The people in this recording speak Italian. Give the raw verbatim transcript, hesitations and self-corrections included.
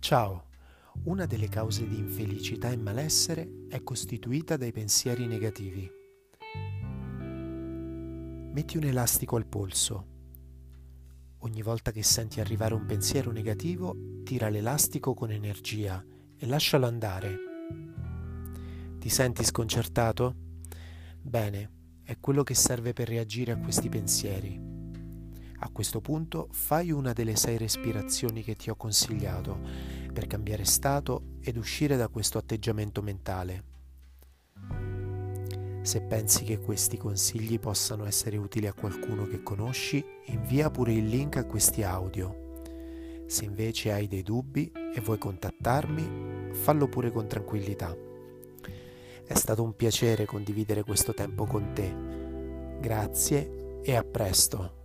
Ciao, una delle cause di infelicità e malessere è costituita dai pensieri negativi. Metti un elastico al polso. Ogni volta che senti arrivare un pensiero negativo, tira l'elastico con energia e lascialo andare. Ti senti sconcertato? Bene, è quello che serve per reagire a questi pensieri. A questo punto fai una delle sei respirazioni che ti ho consigliato per cambiare stato ed uscire da questo atteggiamento mentale. Se pensi che questi consigli possano essere utili a qualcuno che conosci, invia pure il link a questi audio. Se invece hai dei dubbi e vuoi contattarmi, fallo pure con tranquillità. È stato un piacere condividere questo tempo con te. Grazie e a presto.